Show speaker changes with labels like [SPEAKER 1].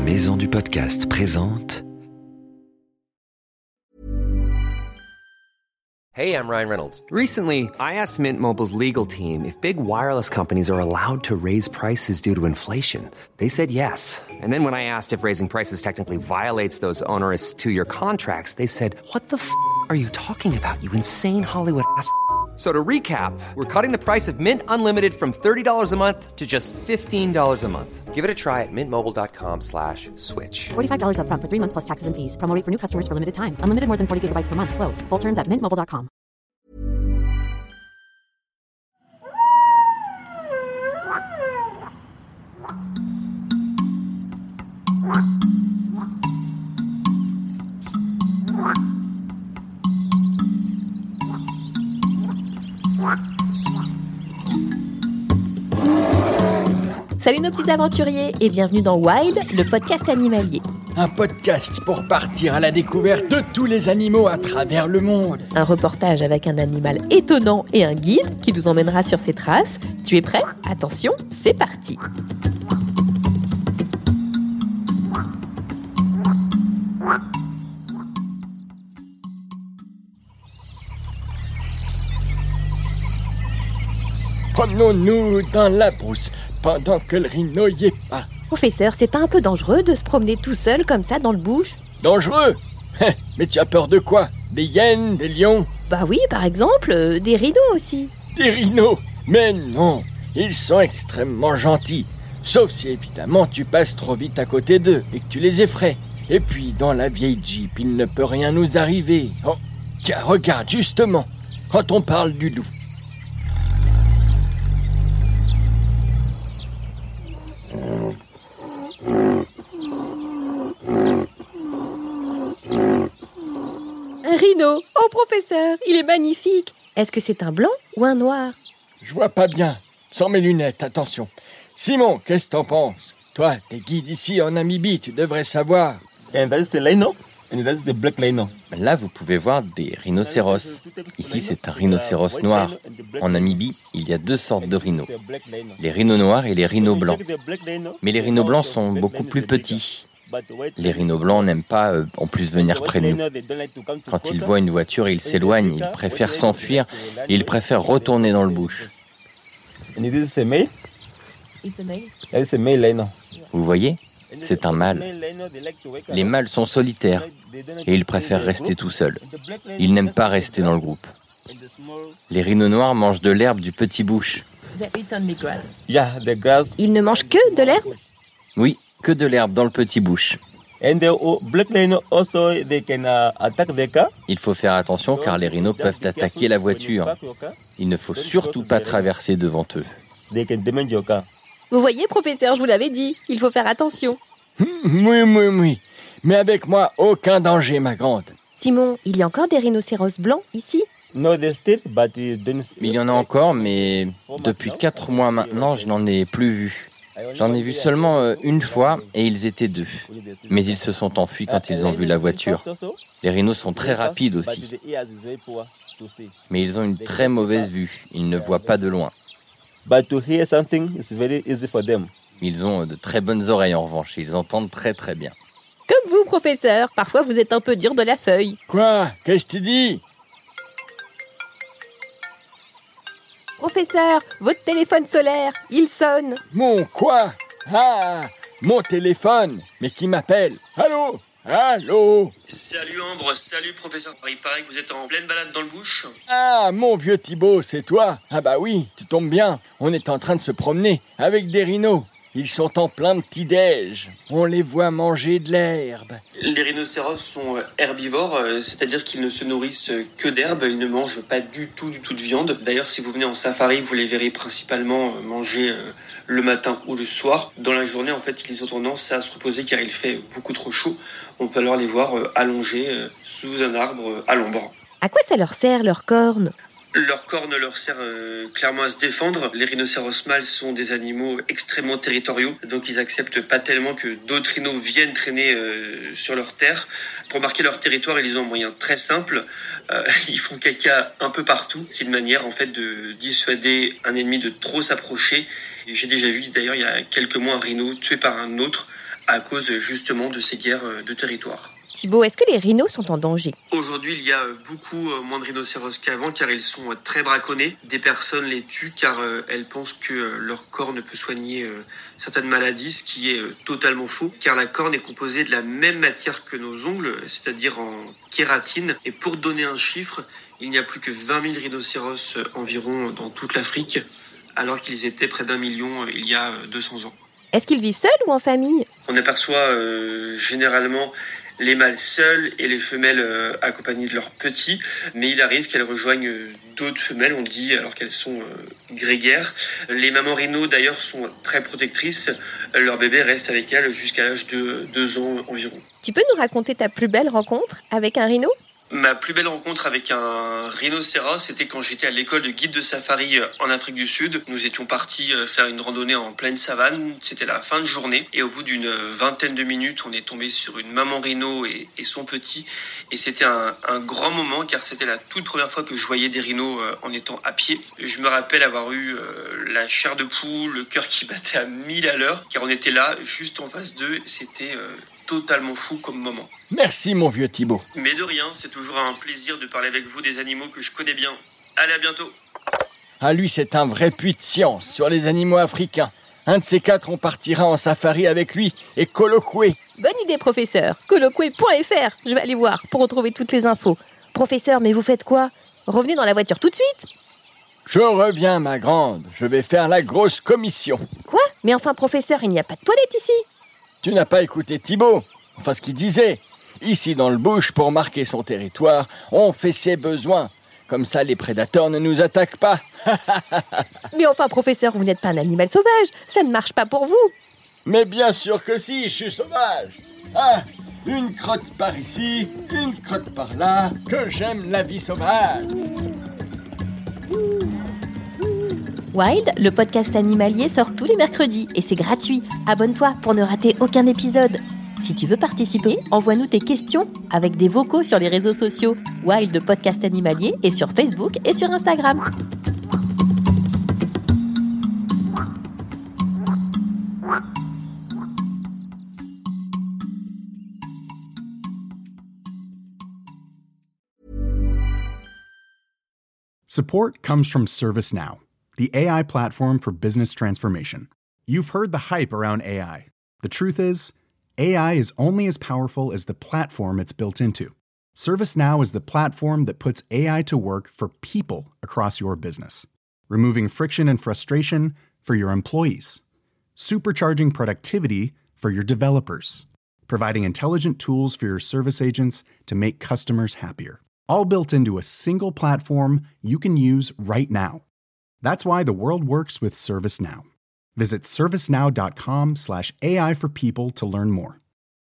[SPEAKER 1] Maison du podcast présente.
[SPEAKER 2] Hey, I'm Ryan Reynolds. Recently, I asked Mint Mobile's legal team if big wireless companies are allowed to raise prices due to inflation. They said yes. And then when I asked if raising prices technically violates those onerous two-year contracts, they said, "What the f*** are you talking about, you insane Hollywood ass?" So to recap, we're cutting the price of Mint Unlimited from $30 a month to just $15 a month. Give it a try at mintmobile.com/switch.
[SPEAKER 3] $45 up front for 3 months plus taxes and fees. Promo rate for new customers for limited time. Unlimited more than 40 gigabytes per month. Slows full terms at mintmobile.com.
[SPEAKER 4] Salut nos petits aventuriers et bienvenue dans Wild, le podcast animalier.
[SPEAKER 5] Un podcast pour partir à la découverte de tous les animaux à travers le monde.
[SPEAKER 4] Un reportage avec un animal étonnant et un guide qui nous emmènera sur ses traces. Tu es prêt ? Attention, c'est parti.
[SPEAKER 5] Promenons-nous dans la brousse pendant que le rhino y est pas.
[SPEAKER 4] Professeur, c'est pas un peu dangereux de se promener tout seul comme ça dans le bush ?
[SPEAKER 5] Dangereux ? Mais tu as peur de quoi ? Des hyènes, des lions ?
[SPEAKER 4] Bah oui, par exemple, des rhinos aussi.
[SPEAKER 5] Des rhinos ? Mais non, ils sont extrêmement gentils. Sauf si évidemment tu passes trop vite à côté d'eux et que tu les effraies. Et puis dans la vieille Jeep, il ne peut rien nous arriver. Oh, tiens, regarde justement, quand on parle du loup.
[SPEAKER 4] Un rhino. Oh professeur, il est magnifique. Est-ce que c'est un blanc ou un noir ?
[SPEAKER 5] Je vois pas bien. Sans mes lunettes, attention. Simon, qu'est-ce que t'en penses ? Toi, t'es guide ici en Namibie, tu devrais savoir.
[SPEAKER 6] And that is the lino, and that is the black lino.
[SPEAKER 7] Là, vous pouvez voir des rhinocéros. Ici, c'est un rhinocéros noir. En Namibie, il y a deux sortes de rhinos. Les rhinos noirs et les rhinos blancs. Mais les rhinos blancs sont beaucoup plus petits. Les rhinos blancs n'aiment pas en plus venir près de nous. Quand ils voient une voiture, ils s'éloignent, ils préfèrent s'enfuir et ils préfèrent retourner dans le bush.
[SPEAKER 6] And this is a male. That is a male lino.
[SPEAKER 7] Vous voyez ? C'est un mâle. Les mâles sont solitaires et ils préfèrent rester tout seuls. Ils n'aiment pas rester dans le groupe. Les rhinos noirs mangent de l'herbe du petit bush.
[SPEAKER 6] Yeah, the grass.
[SPEAKER 4] Ils ne mangent que de l'herbe ?
[SPEAKER 7] Oui, que de l'herbe dans le petit bush.
[SPEAKER 6] And the black lino also they can attack the car.
[SPEAKER 7] Il faut faire attention car les rhinos peuvent attaquer la voiture. Il ne faut surtout pas traverser devant eux.
[SPEAKER 6] They can damage your car.
[SPEAKER 4] Vous voyez professeur, je vous l'avais dit, il faut faire attention.
[SPEAKER 5] Oui. Mais avec moi, aucun danger, ma grande.
[SPEAKER 4] Simon, il y a encore des rhinocéros blancs ici ?
[SPEAKER 6] No, they still, but don't.
[SPEAKER 7] Il y en a encore, mais depuis 4 mois maintenant, je n'en ai plus vu. J'en ai vu seulement une fois et ils étaient 2. Mais ils se sont enfuis quand ils ont vu la voiture. Les rhinos sont très rapides aussi. Mais ils ont une très mauvaise vue. Ils ne voient pas de loin.
[SPEAKER 6] But to hear something is very easy for them.
[SPEAKER 7] Ils ont de très bonnes oreilles en revanche. Ils entendent très très bien.
[SPEAKER 4] Comme vous, professeur, parfois vous êtes un peu dur de la feuille.
[SPEAKER 5] Quoi ? Qu'est-ce que tu dis ?
[SPEAKER 4] Professeur, votre téléphone solaire, il sonne.
[SPEAKER 5] Mon quoi ? Ah, mon téléphone. Mais qui m'appelle ? Allô ? Allô ?
[SPEAKER 8] Salut Ambre, salut professeur. Il paraît que vous êtes en pleine balade dans le bush.
[SPEAKER 5] Ah, mon vieux Thibaut, c'est toi ? Ah bah oui, tu tombes bien. On est en train de se promener avec des rhinos. Ils sont en plein petit-déj. On les voit manger de l'herbe.
[SPEAKER 8] Les rhinocéros sont herbivores, c'est-à-dire qu'ils ne se nourrissent que d'herbe. Ils ne mangent pas du tout de viande. D'ailleurs, si vous venez en safari, vous les verrez principalement manger le matin ou le soir. Dans la journée, en fait, ils ont tendance à se reposer car il fait beaucoup trop chaud. On peut alors les voir allongés sous un arbre à l'ombre.
[SPEAKER 4] À quoi ça leur sert, leurs cornes ?
[SPEAKER 8] Leur corne leur sert clairement à se défendre. Les rhinocéros mâles sont des animaux extrêmement territoriaux, donc ils acceptent pas tellement que d'autres rhinos viennent traîner sur leur terre. Pour marquer leur territoire, ils ont un moyen très simple. Ils font caca un peu partout. C'est une manière en fait de dissuader un ennemi de trop s'approcher. Et j'ai déjà vu d'ailleurs il y a quelques mois un rhino tué par un autre à cause justement de ces guerres de territoire.
[SPEAKER 4] Thibaut, est-ce que les rhinos sont en danger ?
[SPEAKER 8] Aujourd'hui, il y a beaucoup moins de rhinocéros qu'avant car ils sont très braconnés. Des personnes les tuent car elles pensent que leur corne peut soigner certaines maladies, ce qui est totalement faux car la corne est composée de la même matière que nos ongles, c'est-à-dire en kératine. Et pour donner un chiffre, il n'y a plus que 20 000 rhinocéros environ dans toute l'Afrique alors qu'ils étaient près d'1 million il y a 200 ans.
[SPEAKER 4] Est-ce qu'ils vivent seuls ou en famille ?
[SPEAKER 8] On aperçoit généralement les mâles seuls et les femelles accompagnées de leurs petits, mais il arrive qu'elles rejoignent d'autres femelles, on dit, alors qu'elles sont grégaires. Les mamans rhinos d'ailleurs sont très protectrices, leur bébé reste avec elles jusqu'à l'âge de 2 ans environ.
[SPEAKER 4] Tu peux nous raconter ta plus belle rencontre avec un rhino ?
[SPEAKER 8] Ma plus belle rencontre avec un rhinocéros, c'était quand j'étais à l'école de guide de safari en Afrique du Sud. Nous étions partis faire une randonnée en pleine savane, c'était la fin de journée. Et au bout d'une vingtaine de minutes, on est tombé sur une maman rhino et son petit. Et c'était un grand moment car c'était la toute première fois que je voyais des rhinos en étant à pied. Je me rappelle avoir eu la chair de poule, le cœur qui battait à 1000 à l'heure, car on était là, juste en face d'eux, c'était totalement fou comme moment.
[SPEAKER 5] Merci mon vieux Thibaut.
[SPEAKER 8] Mais de rien, c'est toujours un plaisir de parler avec vous des animaux que je connais bien. Allez, à bientôt.
[SPEAKER 5] Ah lui, c'est un vrai puits de science sur les animaux africains. Un de ces 4, on partira en safari avec lui et Kolokwe.
[SPEAKER 4] Bonne idée, professeur. Kolokwe.fr. Je vais aller voir pour retrouver toutes les infos. Professeur, mais vous faites quoi ? Revenez dans la voiture tout de suite.
[SPEAKER 5] Je reviens, ma grande. Je vais faire la grosse commission.
[SPEAKER 4] Quoi ? Mais enfin, professeur, il n'y a pas de toilette ici.
[SPEAKER 5] Tu n'as pas écouté Thibaut ? Enfin, ce qu'il disait. Ici, dans le bush, pour marquer son territoire, on fait ses besoins. Comme ça, les prédateurs ne nous attaquent pas.
[SPEAKER 4] Mais enfin, professeur, vous n'êtes pas un animal sauvage. Ça ne marche pas pour vous.
[SPEAKER 5] Mais bien sûr que si, je suis sauvage. Ah, une crotte par ici, une crotte par là, que j'aime la vie sauvage.
[SPEAKER 4] Wild, le podcast animalier, sort tous les mercredis et c'est gratuit. Abonne-toi pour ne rater aucun épisode. Si tu veux participer, envoie-nous tes questions avec des vocaux sur les réseaux sociaux Wild, le podcast animalier, et sur Facebook et sur Instagram.
[SPEAKER 9] Support comes from ServiceNow, the AI platform for business transformation. You've heard the hype around AI. The truth is, AI is only as powerful as the platform it's built into. ServiceNow is the platform that puts AI to work for people across your business, removing friction and frustration for your employees, supercharging productivity for your developers, providing intelligent tools for your service agents to make customers happier. All built into a single platform you can use right now. That's why the world works with ServiceNow. Visit servicenow.com/AI for people to learn more.